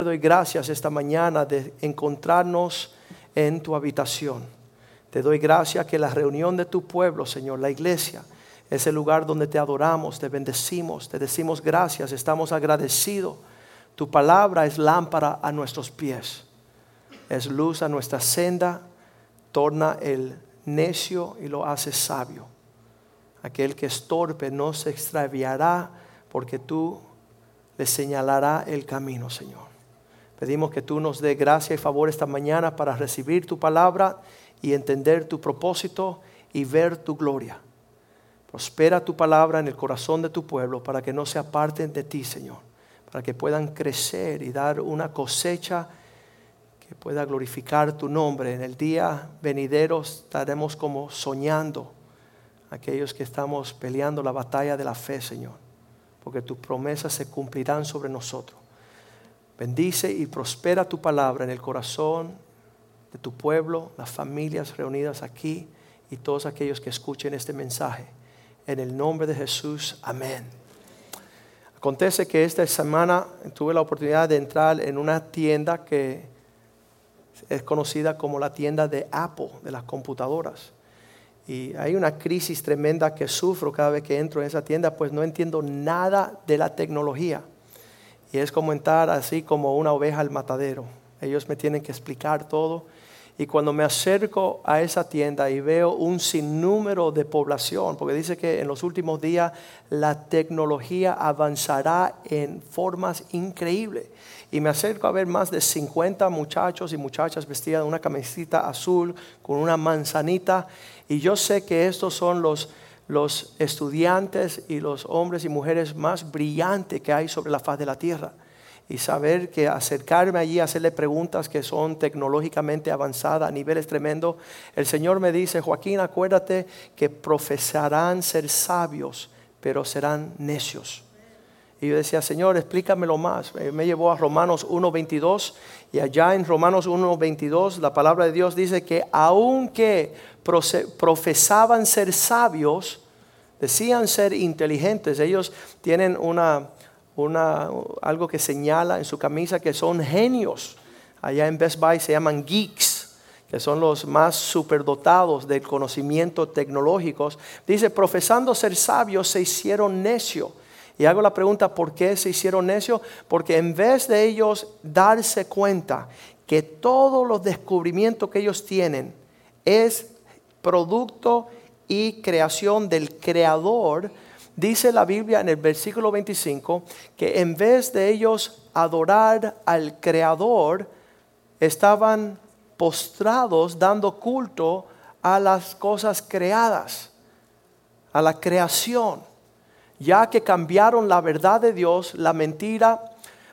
Te doy gracias esta mañana de encontrarnos en tu habitación. Te doy gracias que la reunión de tu pueblo, Señor, la iglesia, es el lugar donde te adoramos, te bendecimos, te decimos gracias, estamos agradecidos. Tu palabra es lámpara a nuestros pies, es luz a nuestra senda, torna el necio y lo hace sabio. Aquel que es torpe no se extraviará, porque tú le señalarás el camino, Señor. Pedimos que tú nos dé gracia y favor esta mañana para recibir tu palabra y entender tu propósito y ver tu gloria. Prospera tu palabra en el corazón de tu pueblo para que no se aparten de ti, Señor. Para que puedan crecer y dar una cosecha que pueda glorificar tu nombre. En el día venidero estaremos como soñando aquellos que estamos peleando la batalla de la fe, Señor. Porque tus promesas se cumplirán sobre nosotros. Bendice y prospera tu palabra en el corazón de tu pueblo, las familias reunidas aquí y todos aquellos que escuchen este mensaje. En el nombre de Jesús, amén. Acontece que esta semana tuve la oportunidad de entrar en una tienda que es conocida como la tienda de Apple, de las computadoras. Y hay una crisis tremenda que sufro cada vez que entro en esa tienda, pues no entiendo nada de la tecnología. Y es como entrar así como una oveja al matadero. Ellos me tienen que explicar todo. Y cuando me acerco a esa tienda y veo un sinnúmero de población, porque dice que en los últimos días la tecnología avanzará en formas increíbles. Y me acerco a ver más de 50 muchachos y muchachas vestidas de una camiseta azul con una manzanita. Y yo sé que estos son los estudiantes y los hombres y mujeres más brillantes que hay sobre la faz de la tierra. Y saber que acercarme allí a hacerle preguntas que son tecnológicamente avanzadas a niveles tremendos. El Señor me dice: Joaquín, acuérdate que profesarán ser sabios, pero serán necios. Y yo decía: Señor, explícamelo más. Me llevó a Romanos 1:22. Y allá en Romanos 1:22 la palabra de Dios dice que aunque profesaban ser sabios, decían ser inteligentes. Ellos tienen algo que señala en su camisa que son genios. Allá en Best Buy se llaman geeks, que son los más superdotados del conocimiento tecnológicos. Dice: profesando ser sabios se hicieron necios. Y hago la pregunta: ¿por qué se hicieron necios? Porque en vez de ellos darse cuenta que todos los descubrimientos que ellos tienen es producto y creación del Creador, dice la Biblia en el versículo 25 que en vez de ellos adorar al Creador, estaban postrados dando culto a las cosas creadas, a la creación, ya que cambiaron la verdad de Dios, la mentira,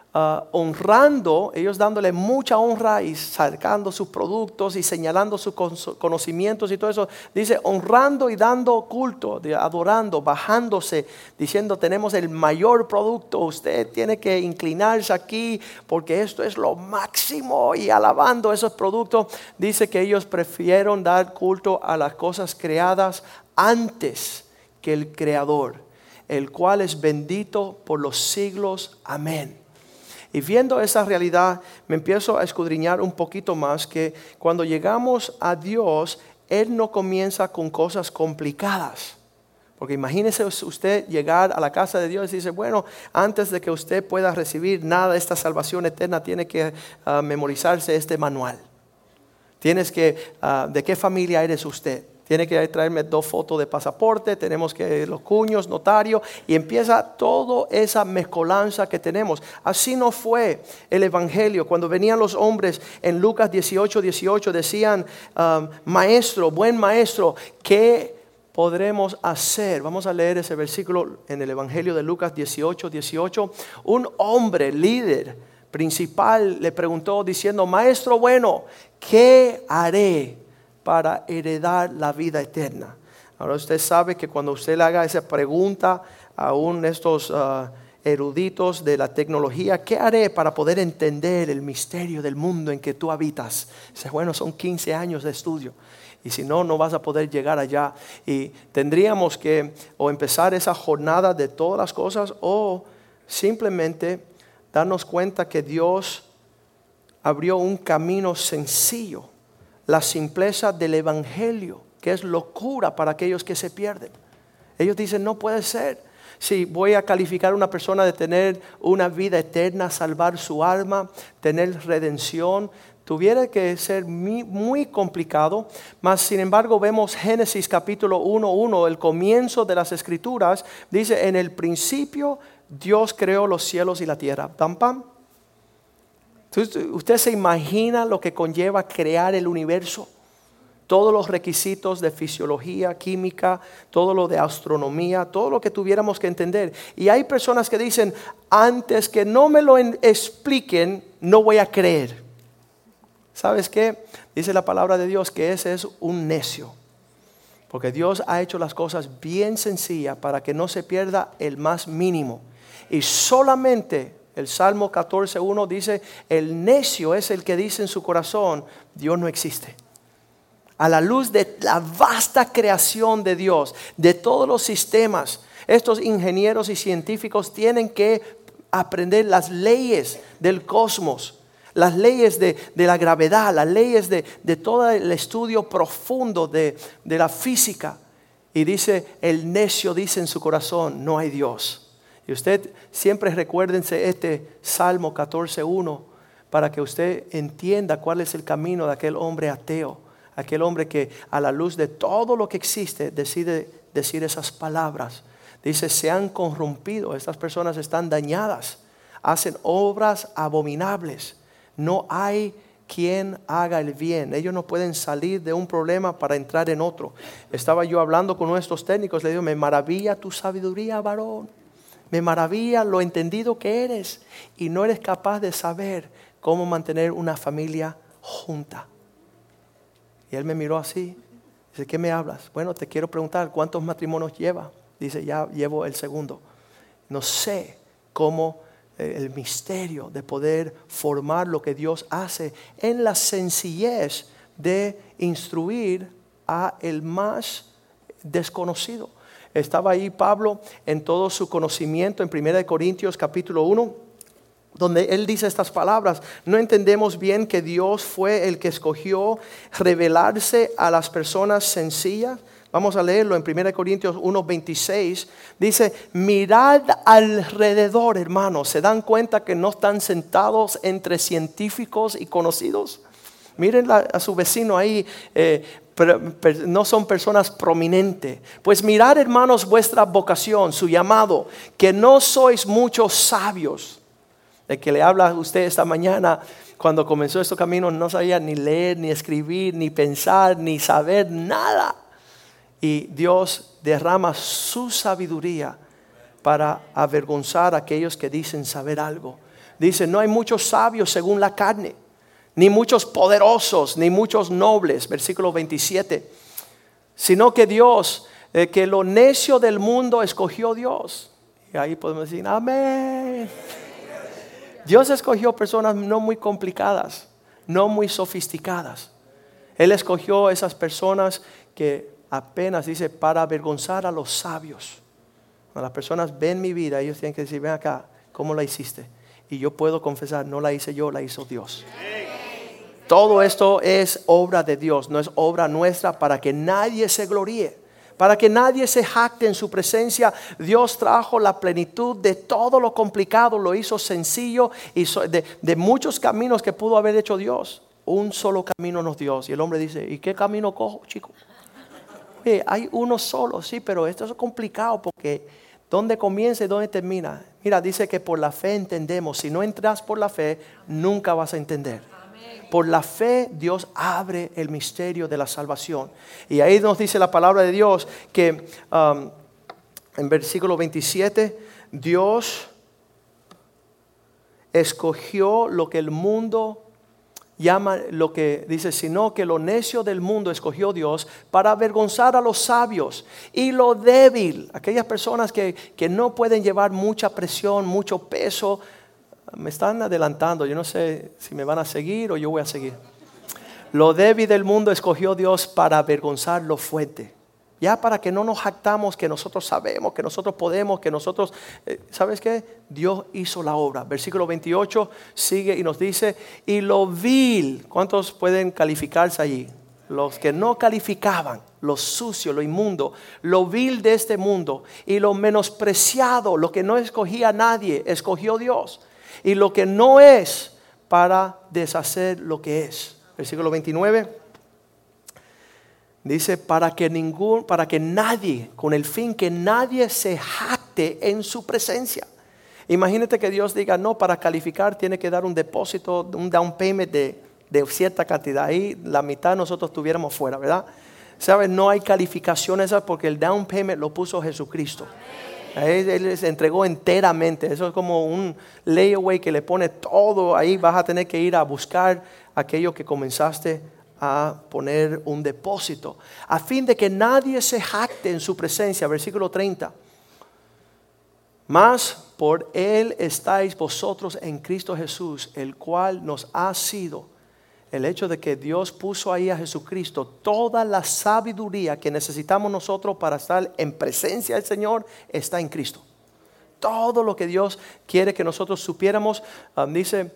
honrando, ellos dándole mucha honra y sacando sus productos y señalando sus conocimientos y todo eso. Dice: honrando y dando culto, adorando, bajándose, diciendo: tenemos el mayor producto, usted tiene que inclinarse aquí porque esto es lo máximo, y alabando esos productos. Dice que ellos prefirieron dar culto a las cosas creadas antes que el Creador, el cual es bendito por los siglos. Amén. Y viendo esa realidad, me empiezo a escudriñar un poquito más que cuando llegamos a Dios, Él no comienza con cosas complicadas. Porque imagínese usted llegar a la casa de Dios y dice: bueno, antes de que usted pueda recibir nada de esta salvación eterna, tiene que memorizarse este manual. Tienes que, ¿de qué familia eres usted? Tiene que traerme 2 fotos de pasaporte, tenemos que los cuños, notario, y empieza toda esa mezcolanza que tenemos. Así no fue el evangelio. Cuando venían los hombres en Lucas 18:18 decían: maestro, buen maestro, ¿qué podremos hacer? Vamos a leer ese versículo en el evangelio de Lucas 18:18. Un hombre, líder principal, le preguntó diciendo: maestro bueno, ¿qué haré para heredar la vida eterna? Ahora usted sabe que cuando usted le haga esa pregunta a uno de estos eruditos de la tecnología: ¿qué haré para poder entender el misterio del mundo en que tú habitas? Dice: bueno, son 15 años de estudio, y si no, no vas a poder llegar allá. Y tendríamos que o empezar esa jornada de todas las cosas, o simplemente darnos cuenta que Dios abrió un camino sencillo, la simpleza del evangelio, que es locura para aquellos que se pierden. Ellos dicen, no puede ser. Si voy a calificar a una persona de tener una vida eterna, salvar su alma, tener redención, tuviera que ser muy complicado. Mas sin embargo vemos Génesis capítulo 1:1, el comienzo de las escrituras. Dice, en el principio Dios creó los cielos y la tierra. ¿Pam, pam? Entonces, ¿usted se imagina lo que conlleva crear el universo? Todos los requisitos de fisiología, química, todo lo de astronomía, todo lo que tuviéramos que entender. Y hay personas que dicen, antes que no me lo expliquen, no voy a creer. ¿Sabes qué? Dice la palabra de Dios que ese es un necio. Porque Dios ha hecho las cosas bien sencillas para que no se pierda el más mínimo. Y solamente el Salmo 14:1 dice, el necio es el que dice en su corazón, Dios no existe. A la luz de la vasta creación de Dios, de todos los sistemas, estos ingenieros y científicos tienen que aprender las leyes del cosmos, las leyes de la gravedad, las leyes de todo el estudio profundo de la física. Y dice, el necio dice en su corazón, no hay Dios. Y usted siempre recuérdense este Salmo 14:1 para que usted entienda cuál es el camino de aquel hombre ateo. Aquel hombre que a la luz de todo lo que existe decide decir esas palabras. Dice, se han corrompido, estas personas están dañadas, hacen obras abominables. No hay quien haga el bien. Ellos no pueden salir de un problema para entrar en otro. Estaba yo hablando con nuestros técnicos, le digo, me maravilla tu sabiduría, varón. Me maravilla lo entendido que eres y no eres capaz de saber cómo mantener una familia junta. Y él me miró así, dice, ¿qué me hablas? Bueno, te quiero preguntar, ¿cuántos matrimonios lleva? Dice, ya llevo el segundo. No sé cómo el misterio de poder formar lo que Dios hace en la sencillez de instruir a el más desconocido. Estaba ahí Pablo en todo su conocimiento en 1 Corintios capítulo 1. Donde él dice estas palabras, no entendemos bien que Dios fue el que escogió revelarse a las personas sencillas. Vamos a leerlo en 1 Corintios 1:26. Dice, mirad alrededor, hermanos. ¿Se dan cuenta que no están sentados entre científicos y conocidos? Miren a su vecino ahí, no son personas prominentes. Pues mirad, hermanos, vuestra vocación, su llamado, que no sois muchos sabios. El que le habla a usted esta mañana, cuando comenzó este camino, no sabía ni leer, ni escribir, ni pensar, ni saber nada. Y Dios derrama su sabiduría para avergonzar a aquellos que dicen saber algo. Dice, no hay muchos sabios según la carne, ni muchos poderosos, ni muchos nobles. Versículo 27. Sino que Dios, que lo necio del mundo escogió Dios. Y ahí podemos decir, amén. Dios escogió personas no muy complicadas, no muy sofisticadas. Él escogió esas personas que apenas dice para avergonzar a los sabios. Cuando las personas ven mi vida, ellos tienen que decir, ven acá, ¿cómo la hiciste? Y yo puedo confesar, no la hice yo, la hizo Dios. Todo esto es obra de Dios, no es obra nuestra para que nadie se gloríe. Para que nadie se jacte en su presencia. Dios trajo la plenitud de todo lo complicado, lo hizo sencillo y de muchos caminos que pudo haber hecho Dios. Un solo camino nos dio. Y el hombre dice, ¿y qué camino cojo, chico? Oye, hay uno solo, sí, pero esto es complicado porque ¿dónde comienza y dónde termina? Mira, dice que por la fe entendemos. Si no entras por la fe, nunca vas a entender. Por la fe Dios abre el misterio de la salvación. Y ahí nos dice la palabra de Dios que en versículo 27, Dios escogió lo que el mundo llama, lo que dice, sino que lo necio del mundo escogió Dios para avergonzar a los sabios. Y lo débil, aquellas personas que no pueden llevar mucha presión, mucho peso. Me están adelantando, yo no sé si me van a seguir o yo voy a seguir. Lo débil del mundo escogió Dios para avergonzar lo fuerte. Ya para que no nos jactamos que nosotros sabemos, que nosotros podemos, que nosotros... ¿Sabes qué? Dios hizo la obra. Versículo 28 sigue y nos dice, y lo vil. ¿Cuántos pueden calificarse allí? Los que no calificaban, lo sucio, lo inmundo, lo vil de este mundo y lo menospreciado, lo que no escogía nadie, escogió Dios. Y lo que no es para deshacer lo que es. Versículo 29 dice, para que nadie, con el fin que nadie se jacte en su presencia. Imagínate que Dios diga, no, para calificar tiene que dar un depósito, un down payment de cierta cantidad. Ahí la mitad nosotros estuviéramos fuera, ¿verdad? ¿Sabes? No hay calificaciones porque el down payment lo puso Jesucristo. Él les entregó enteramente. Eso es como un layaway que le pone todo. Ahí vas a tener que ir a buscar aquello que comenzaste a poner un depósito, a fin de que nadie se jacte en su presencia. Versículo 30. Mas por Él estáis vosotros en Cristo Jesús, el cual nos ha sido. El hecho de que Dios puso ahí a Jesucristo toda la sabiduría que necesitamos nosotros para estar en presencia del Señor está en Cristo. Todo lo que Dios quiere que nosotros supiéramos, dice,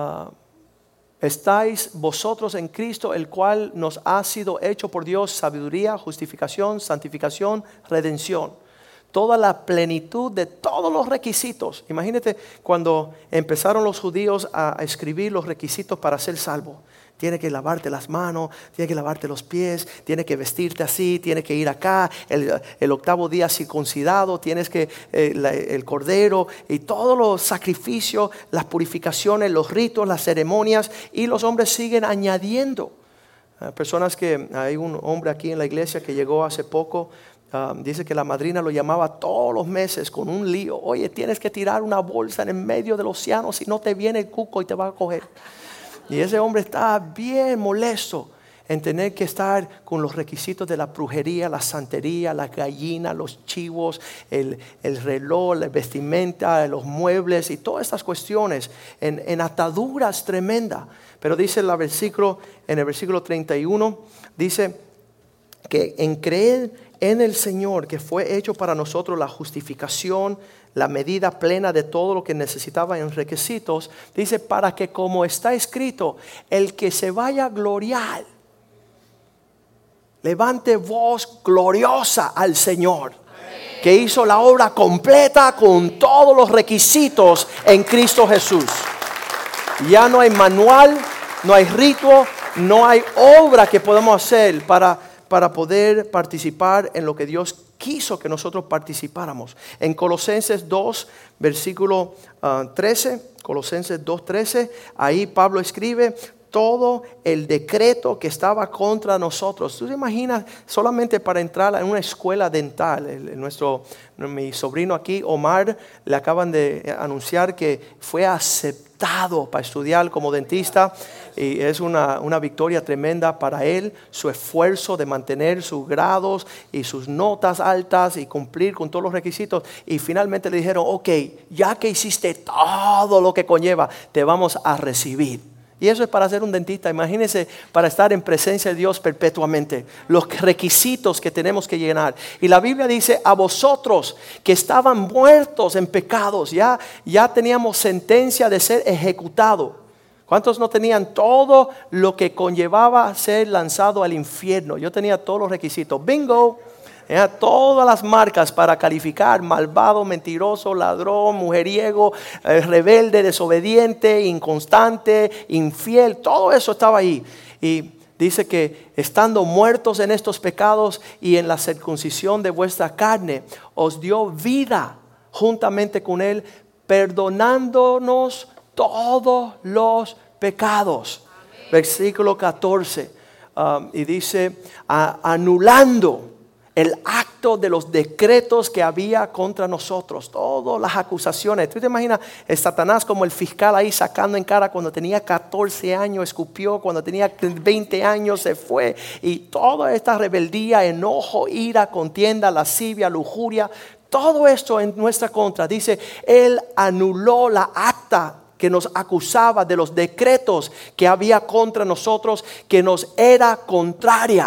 estáis vosotros en Cristo, el cual nos ha sido hecho por Dios sabiduría, justificación, santificación, redención. Toda la plenitud de todos los requisitos. Imagínate cuando empezaron los judíos a escribir los requisitos para ser salvo. Tienes que lavarte las manos, tienes que lavarte los pies, tienes que vestirte así, tienes que ir acá, el octavo día circuncidado, tienes que el cordero y todos los sacrificios, las purificaciones, los ritos, las ceremonias, y los hombres siguen añadiendo. Personas que, hay un hombre aquí en la iglesia que llegó hace poco, dice que la madrina lo llamaba todos los meses con un lío. Oye, tienes que tirar una bolsa en el medio del océano, si no te viene el cuco y te va a coger. Y ese hombre está bien molesto en tener que estar con los requisitos de la brujería, la santería, las gallinas, los chivos, el reloj, la vestimenta, los muebles y todas estas cuestiones en ataduras tremendas. Pero dice en el versículo 31, dice que en creer en el Señor, que fue hecho para nosotros la justificación, la medida plena de todo lo que necesitaba en requisitos, dice, para que como está escrito, el que se vaya a gloriar, levante voz gloriosa al Señor, que hizo la obra completa con todos los requisitos en Cristo Jesús. Ya no hay manual, no hay rito, no hay obra que podamos hacer para poder participar en lo que Dios quiso que nosotros participáramos. En Colosenses 2, versículo 13, Colosenses 2:13, ahí Pablo escribe todo el decreto que estaba contra nosotros. ¿Tú te imaginas solamente para entrar en una escuela dental? Mi sobrino aquí, Omar, le acaban de anunciar que fue aceptado para estudiar como dentista. Y es una victoria tremenda para él, su esfuerzo de mantener sus grados y sus notas altas y cumplir con todos los requisitos. Y finalmente le dijeron, ok, ya que hiciste todo lo que conlleva, te vamos a recibir. Y eso es para ser un dentista. Imagínense, para estar en presencia de Dios perpetuamente, los requisitos que tenemos que llenar. Y la Biblia dice, a vosotros que estaban muertos en pecados, ya teníamos sentencia de ser ejecutado. ¿Cuántos no tenían todo lo que conllevaba ser lanzado al infierno? Yo tenía todos los requisitos. Bingo. Todas las marcas para calificar: malvado, mentiroso, ladrón, mujeriego, rebelde, desobediente, inconstante, infiel. Todo eso estaba ahí. Y dice que estando muertos en estos pecados y en la circuncisión de vuestra carne, os dio vida juntamente con Él, perdonándonos todos los pecados. Amén. Versículo 14. Y dice, anulando el acto de los decretos que había contra nosotros, todas las acusaciones. ¿Tú te imaginas Satanás como el fiscal ahí sacando en cara cuando tenía 14 años, escupió, cuando tenía 20 años se fue? Y toda esta rebeldía, enojo, ira, contienda, lascivia, lujuria, todo esto en nuestra contra. Dice, Él anuló la acta que nos acusaba de los decretos que había contra nosotros, que nos era contraria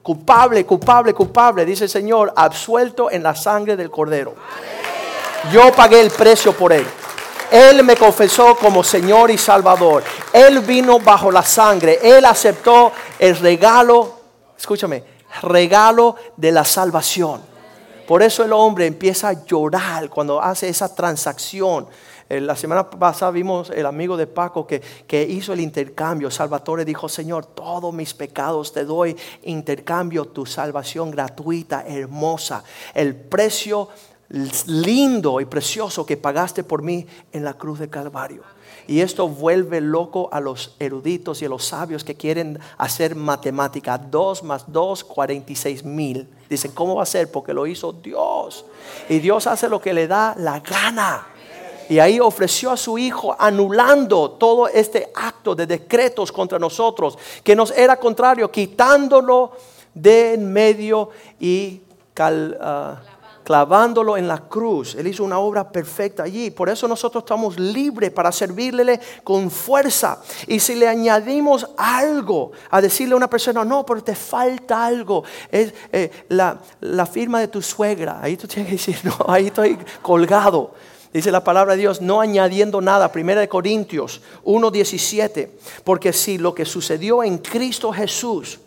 culpable, culpable, culpable. Dice el Señor, absuelto en la sangre del Cordero. Yo pagué el precio por él. Él me confesó como Señor y Salvador. Él vino bajo la sangre. Él aceptó el regalo, escúchame, regalo de la salvación. Por eso el hombre empieza a llorar cuando hace esa transacción. La semana pasada vimos el amigo de Paco que hizo el intercambio. Salvatore dijo, Señor, todos mis pecados te doy. Intercambio tu salvación gratuita, hermosa. El precio lindo y precioso que pagaste por mí en la cruz de Calvario. Y esto vuelve loco a los eruditos y a los sabios que quieren hacer matemática. 2 más 2, 46,000. Dicen, ¿cómo va a ser? Porque lo hizo Dios. Y Dios hace lo que le da la gana. Y ahí ofreció a su hijo, anulando todo este acto de decretos contra nosotros, que nos era contrario, quitándolo de en medio y clavándolo en la cruz. Él hizo una obra perfecta allí. Por eso nosotros estamos libres para servirle con fuerza. Y si le añadimos algo, a decirle a una persona, no, pero te falta algo, es la firma de tu suegra. Ahí tú tienes que decir, no, ahí estoy colgado. Dice la palabra de Dios, no añadiendo nada. 1 Corintios 1:17. Porque si lo que sucedió en Cristo Jesús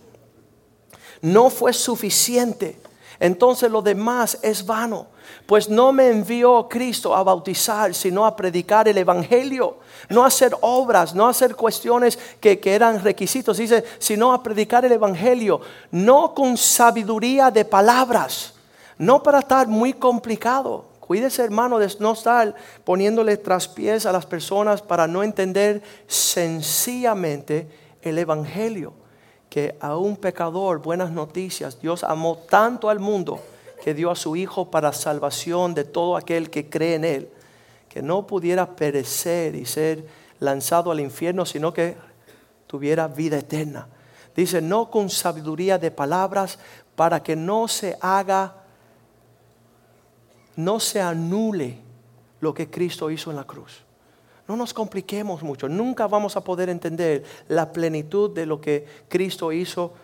no fue suficiente, entonces lo demás es vano. Pues no me envió Cristo a bautizar, sino a predicar el evangelio. No a hacer obras, no a hacer cuestiones que eran requisitos. Dice, sino a predicar el evangelio. No con sabiduría de palabras. No para estar muy complicado. Cuídese, hermano, de no estar poniéndole traspiés a las personas para no entender sencillamente el evangelio. Que a un pecador, buenas noticias. Dios amó tanto al mundo que dio a su Hijo para salvación de todo aquel que cree en Él. Que no pudiera perecer y ser lanzado al infierno, sino que tuviera vida eterna. Dice, no con sabiduría de palabras, para que no se anule lo que Cristo hizo en la cruz. No nos compliquemos mucho. Nunca vamos a poder entender la plenitud de lo que Cristo hizo.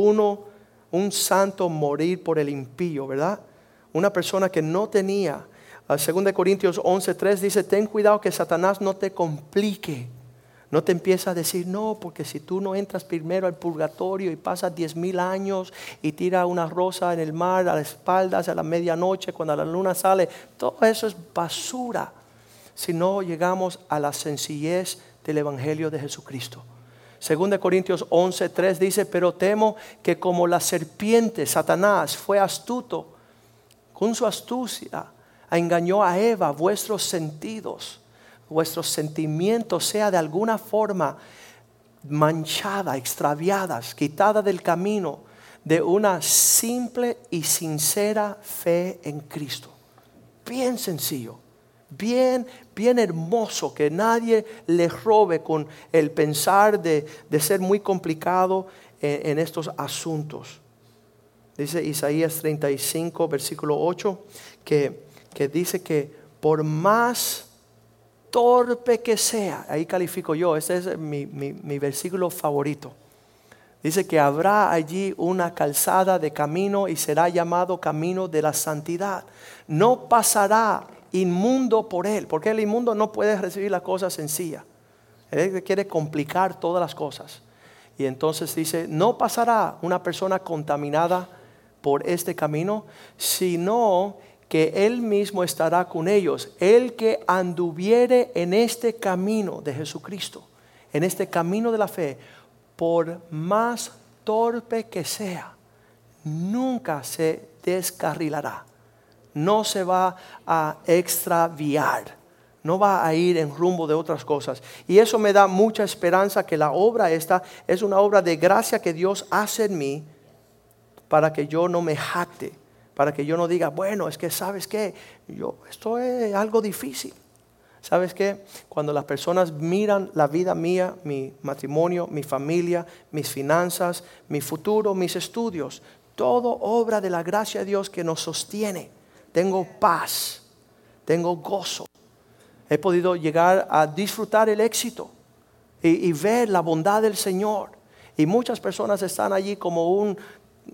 Un santo morir por el impío, ¿verdad? Una persona que no tenía. 2 Corintios 11:3 dice, ten cuidado que Satanás no te complique. No te empieza a decir, no, porque si tú no entras primero al purgatorio y pasas 10,000 años y tiras una rosa en el mar a las espaldas a la medianoche cuando la luna sale, todo eso es basura. Si no llegamos a la sencillez del evangelio de Jesucristo. 2 Corintios 11:3 dice, pero temo que como la serpiente, Satanás, fue astuto, con su astucia engañó a Eva, vuestros sentidos, vuestros sentimientos sea de alguna forma manchada, extraviadas, quitada del camino de una simple y sincera fe en Cristo. Bien sencillo. Bien hermoso, que nadie le robe con el pensar de ser muy complicado en estos asuntos. Dice Isaías 35 versículo 8 que dice que por más torpe que sea, ahí califico yo, este es mi versículo favorito. Dice que habrá allí una calzada de camino y será llamado camino de la santidad. No pasará inmundo por él, porque el inmundo no puede recibir las cosas sencillas. Él quiere complicar todas las cosas. Y entonces dice, no pasará una persona contaminada por este camino, sino que él mismo estará con ellos. El que anduviere en este camino de Jesucristo, en este camino de la fe, por más torpe que sea, nunca se descarrilará. No se va a extraviar, no va a ir en rumbo de otras cosas. Y eso me da mucha esperanza que la obra esta es una obra de gracia que Dios hace en mí para que yo no me jacte, para que yo no diga, bueno, es que sabes qué, esto es algo difícil. ¿Sabes qué? Cuando las personas miran la vida mía, mi matrimonio, mi familia, mis finanzas, mi futuro, mis estudios, todo obra de la gracia de Dios que nos sostiene. Tengo paz, tengo gozo. He podido llegar a disfrutar el éxito y ver la bondad del Señor. Y muchas personas están allí como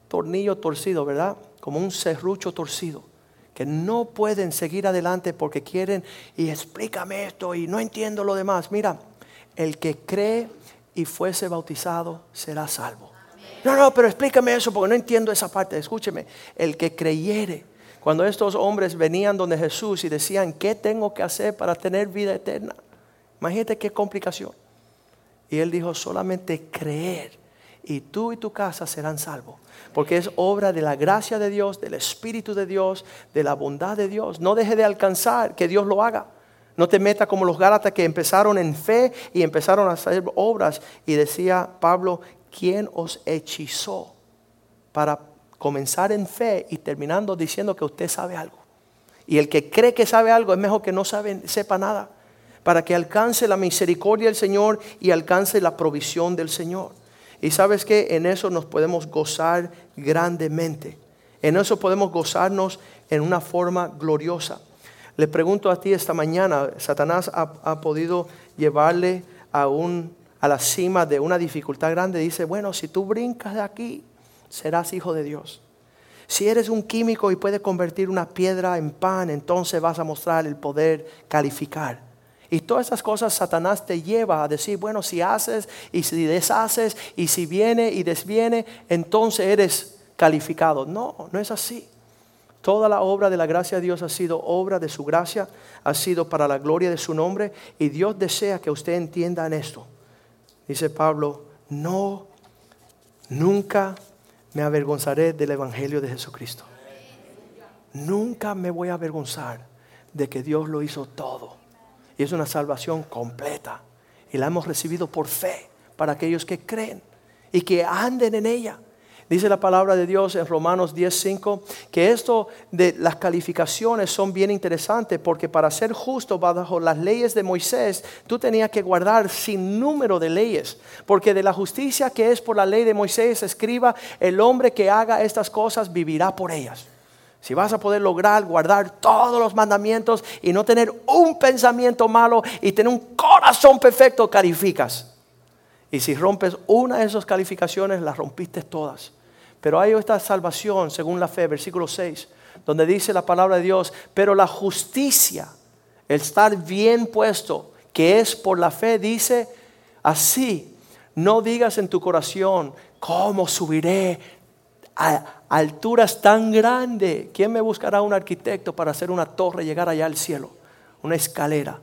tornillo torcido, ¿verdad? Como un serrucho torcido, que no pueden seguir adelante porque quieren, y explícame esto y no entiendo lo demás. Mira, el que cree y fuese bautizado será salvo. No, pero explícame eso porque no entiendo esa parte. Escúcheme, el que creyere. Cuando estos hombres venían donde Jesús y decían, ¿qué tengo que hacer para tener vida eterna? Imagínate qué complicación. Y él dijo, solamente creer y tú y tu casa serán salvos. Porque es obra de la gracia de Dios, del Espíritu de Dios, de la bondad de Dios. No deje de alcanzar que Dios lo haga. No te metas como los Gálatas que empezaron en fe y empezaron a hacer obras. Y decía Pablo, ¿quién os hechizó para comenzar en fe y terminando diciendo que usted sabe algo? Y el que cree que sabe algo es mejor que no sepa nada, para que alcance la misericordia del Señor y alcance la provisión del Señor. Y sabes que en eso nos podemos gozar grandemente. En eso podemos gozarnos en una forma gloriosa. Le pregunto a ti esta mañana, Satanás ha podido llevarle a la cima de una dificultad grande. Dice, bueno, si tú brincas de aquí, serás hijo de Dios. Si eres un químico y puedes convertir una piedra en pan, entonces vas a mostrar el poder calificar. Y todas esas cosas Satanás te lleva a decir, bueno, si haces y si deshaces y si viene y desviene, entonces eres calificado. No, no es así. Toda la obra de la gracia de Dios ha sido obra de su gracia, ha sido para la gloria de su nombre, y Dios desea que usted entienda en esto. Dice Pablo, no, nunca me avergonzaré del evangelio de Jesucristo. Nunca me voy a avergonzar de que Dios lo hizo todo. Y es una salvación completa. Y la hemos recibido por fe para aquellos que creen y que anden en ella. Dice la palabra de Dios en Romanos 10:5 que esto de las calificaciones son bien interesantes, porque para ser justo bajo las leyes de Moisés tú tenías que guardar sin número de leyes, porque de la justicia que es por la ley de Moisés escriba, el hombre que haga estas cosas vivirá por ellas. Si vas a poder lograr guardar todos los mandamientos y no tener un pensamiento malo y tener un corazón perfecto, calificas. Y si rompes una de esas calificaciones, las rompiste todas. Pero hay esta salvación según la fe, versículo 6, donde dice la palabra de Dios, pero la justicia, el estar bien puesto, que es por la fe, dice así, no digas en tu corazón, ¿cómo subiré a alturas tan grandes? ¿Quién me buscará un arquitecto para hacer una torre y llegar allá al cielo? Una escalera,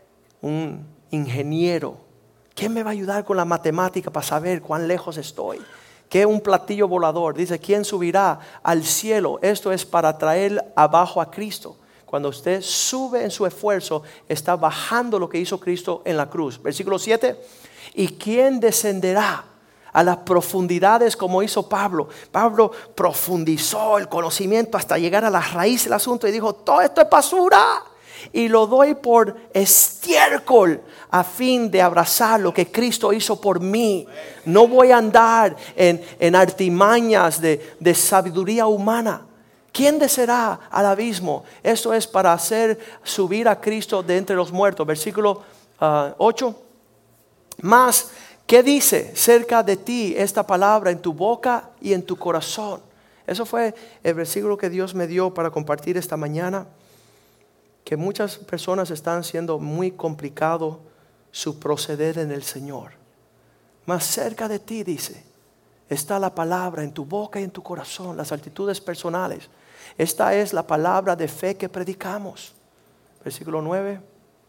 un ingeniero. ¿Quién me va a ayudar con la matemática para saber cuán lejos estoy? ¿Qué un platillo volador? Dice, ¿quién subirá al cielo? Esto es para traer abajo a Cristo. Cuando usted sube en su esfuerzo, está bajando lo que hizo Cristo en la cruz. Versículo 7. ¿Y quién descenderá a las profundidades como hizo Pablo? Pablo profundizó el conocimiento hasta llegar a la raíz del asunto y dijo, todo esto es basura y lo doy por estiércol a fin de abrazar lo que Cristo hizo por mí. No voy a andar en artimañas de sabiduría humana. ¿Quién descenderá al abismo? Esto es para hacer subir a Cristo de entre los muertos. Versículo 8. Mas, ¿qué dice cerca de ti esta palabra en tu boca y en tu corazón? Eso fue el versículo que Dios me dio para compartir esta mañana. Que muchas personas están siendo muy complicado su proceder en el Señor. Más cerca de ti, dice, está la palabra en tu boca y en tu corazón, las actitudes personales. Esta es la palabra de fe que predicamos. Versículo 9.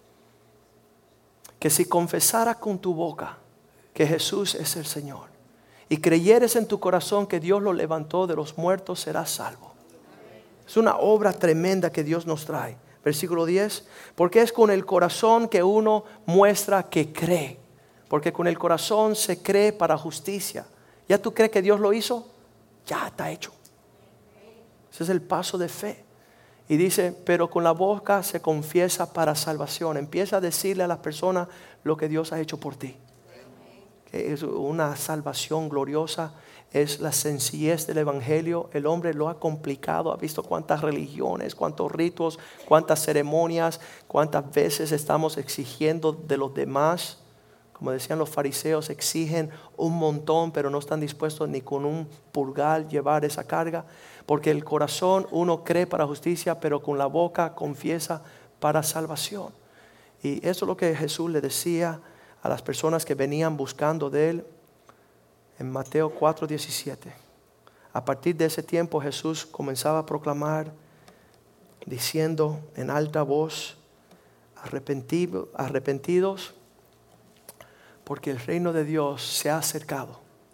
Que si confesaras con tu boca que Jesús es el Señor y creyeres en tu corazón que Dios lo levantó de los muertos, serás salvo. Es una obra tremenda que Dios nos trae. Versículo 10, porque es con el corazón que uno muestra que cree. Porque con el corazón se cree para justicia. ¿Ya tú crees que Dios lo hizo? Ya está hecho. Ese es el paso de fe. Y dice, pero con la boca se confiesa para salvación. Empieza a decirle a las personas lo que Dios ha hecho por ti. Que es una salvación gloriosa. Es la sencillez del evangelio. El hombre lo ha complicado. Ha visto cuántas religiones, cuántos ritos, cuántas ceremonias, cuántas veces estamos exigiendo de los demás. Como decían los fariseos, exigen un montón, pero no están dispuestos ni con un pulgar llevar esa carga. Porque el corazón uno cree para justicia, pero con la boca confiesa para salvación. Y eso es lo que Jesús le decía a las personas que venían buscando de Él en Mateo 4:17. A partir de ese tiempo Jesús comenzaba a proclamar, diciendo en alta voz: arrepentidos, porque el reino de Dios se ha acercado.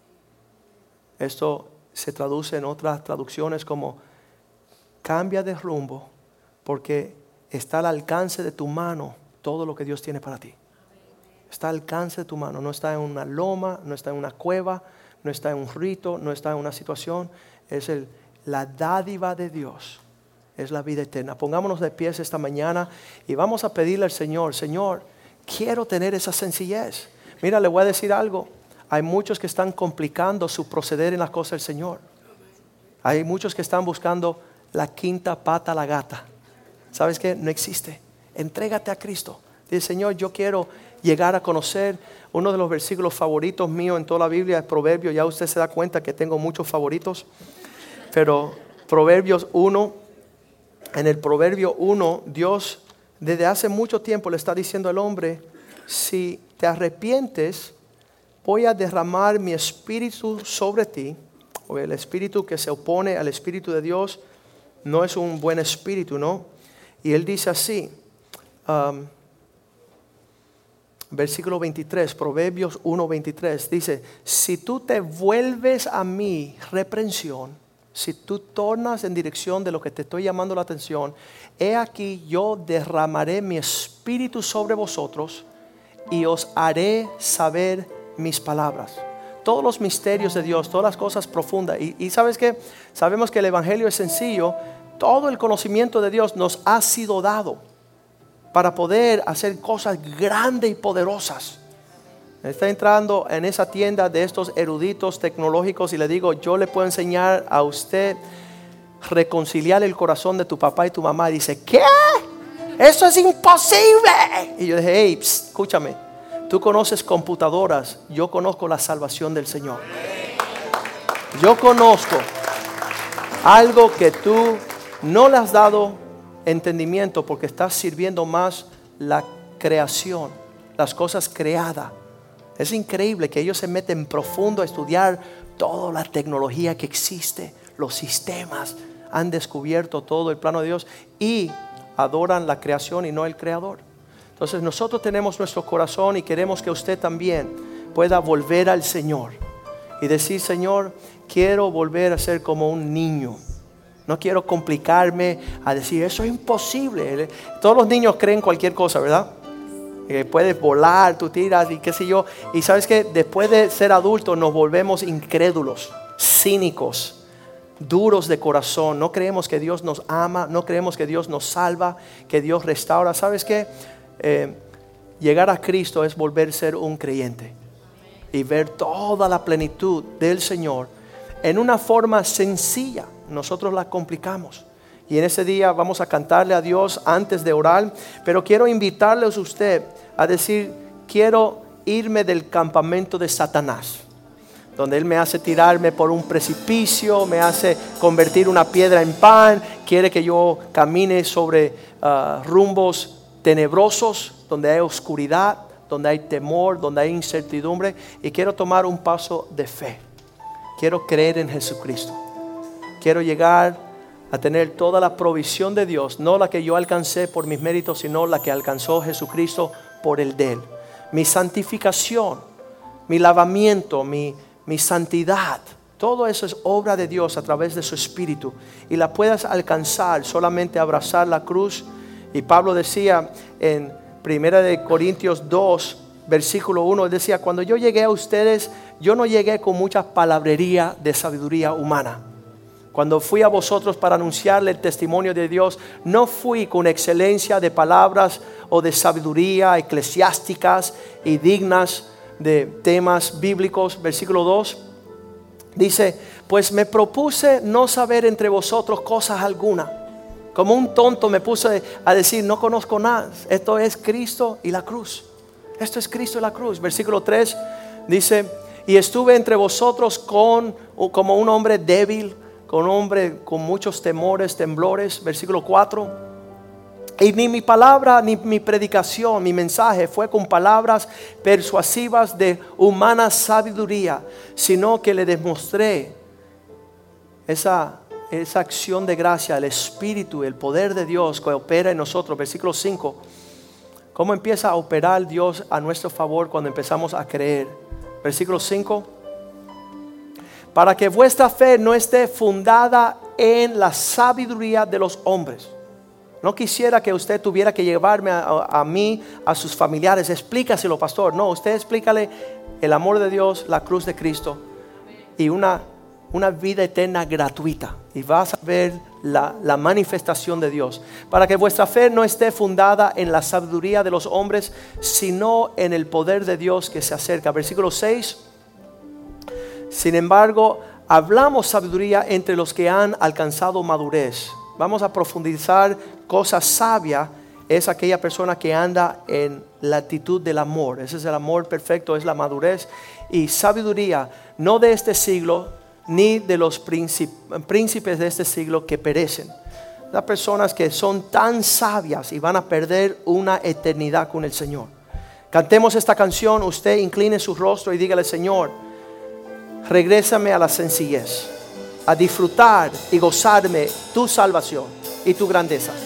Esto se traduce en otras traducciones como: cambia de rumbo, porque está al alcance de tu mano todo lo que Dios tiene para ti. Está al alcance de tu mano. No está en una loma, no está en una cueva, no está en un rito, no está en una situación. Es la dádiva de Dios. Es la vida eterna. Pongámonos de pies esta mañana y vamos a pedirle al Señor: Señor, quiero tener esa sencillez. Mira, le voy a decir algo. Hay muchos que están complicando su proceder en las cosas del Señor. Hay muchos que están buscando la quinta pata a la gata. ¿Sabes qué? No existe. Entrégate a Cristo. Dice: Señor, yo quiero llegar a conocer. Uno de los versículos favoritos míos en toda la Biblia es Proverbios. Ya usted se da cuenta que tengo muchos favoritos. Pero Proverbios 1, en el Proverbio 1, Dios desde hace mucho tiempo le está diciendo al hombre: si te arrepientes, voy a derramar mi espíritu sobre ti. O el espíritu que se opone al espíritu de Dios no es un buen espíritu, ¿no? Y él dice así, versículo 23, Proverbios 1:23, dice: si tú te vuelves a mi reprensión, si tú tornas en dirección de lo que te estoy llamando la atención, he aquí yo derramaré mi espíritu sobre vosotros y os haré saber mis palabras. Todos los misterios de Dios, todas las cosas profundas. Y ¿sabes qué? Sabemos que el evangelio es sencillo. Todo el conocimiento de Dios nos ha sido dado para poder hacer cosas grandes y poderosas. Está entrando en esa tienda de estos eruditos tecnológicos y le digo: yo le puedo enseñar a usted reconciliar el corazón de tu papá y tu mamá. Y dice: ¿qué? Eso es imposible. Y yo dije: hey, escúchame, tú conoces computadoras, yo conozco la salvación del Señor. Yo conozco algo que tú no le has dado entendimiento, porque estás sirviendo más la creación, las cosas creadas. Es increíble que ellos se meten profundo a estudiar toda la tecnología que existe, los sistemas, han descubierto todo el plano de Dios y adoran la creación y no el creador. Entonces nosotros tenemos nuestro corazón y queremos que usted también pueda volver al Señor y decir: Señor, quiero volver a ser como un niño. No quiero complicarme a decir: eso es imposible. Todos los niños creen cualquier cosa, ¿verdad? Puedes volar, tú tiras y qué sé yo. Y sabes que después de ser adultos nos volvemos incrédulos, cínicos, duros de corazón. No creemos que Dios nos ama, no creemos que Dios nos salva, que Dios restaura. ¿Sabes qué? Llegar a Cristo es volver a ser un creyente y ver toda la plenitud del Señor en una forma sencilla. Nosotros la complicamos. Y en ese día vamos a cantarle a Dios antes de orar. Pero quiero invitarles a usted a decir: quiero irme del campamento de Satanás, donde él me hace tirarme por un precipicio, me hace convertir una piedra en pan, quiere que yo camine sobre rumbos tenebrosos, donde hay oscuridad, donde hay temor, donde hay incertidumbre. Y quiero tomar un paso de fe. Quiero creer en Jesucristo. Quiero llegar a tener toda la provisión de Dios, no la que yo alcancé por mis méritos, sino la que alcanzó Jesucristo por el de Él. Mi santificación, mi lavamiento, mi santidad, todo eso es obra de Dios a través de su Espíritu. Y la puedas alcanzar solamente abrazar la cruz. Y Pablo decía en 1 Corintios 2, versículo 1, él decía: cuando yo llegué a ustedes, yo no llegué con mucha palabrería de sabiduría humana. Cuando fui a vosotros para anunciarle el testimonio de Dios, no fui con excelencia de palabras o de sabiduría eclesiásticas y dignas de temas bíblicos. Versículo 2 dice: pues me propuse no saber entre vosotros cosas alguna. Como un tonto me puse a decir: no conozco nada. Esto es Cristo y la cruz. Esto es Cristo en la cruz. Versículo 3 dice: y estuve entre vosotros como un hombre débil, con un hombre con muchos temores, temblores. Versículo 4: y ni mi palabra ni mi predicación, mi mensaje fue con palabras persuasivas de humana sabiduría, sino que le demostré esa acción de gracia, el Espíritu, el poder de Dios que opera en nosotros. Versículo 5: ¿cómo empieza a operar Dios a nuestro favor cuando empezamos a creer? Versículo 5: para que vuestra fe no esté fundada en la sabiduría de los hombres. No quisiera que usted tuviera que llevarme a mí, a sus familiares. Explícaselo, pastor. No, usted explícale el amor de Dios, la cruz de Cristo y una vida eterna gratuita. Y vas a ver la manifestación de Dios. Para que vuestra fe no esté fundada en la sabiduría de los hombres, sino en el poder de Dios que se acerca. Versículo 6: sin embargo, hablamos sabiduría entre los que han alcanzado madurez. Vamos a profundizar. Cosa sabia es aquella persona que anda en la actitud del amor. Ese es el amor perfecto, es la madurez. Y sabiduría, no de este siglo, ni de los príncipes de este siglo que perecen. Las personas que son tan sabias y van a perder una eternidad con el Señor. Cantemos esta canción. Usted incline su rostro y dígale: Señor, regrésame a la sencillez, a disfrutar y gozarme tu salvación y tu grandeza.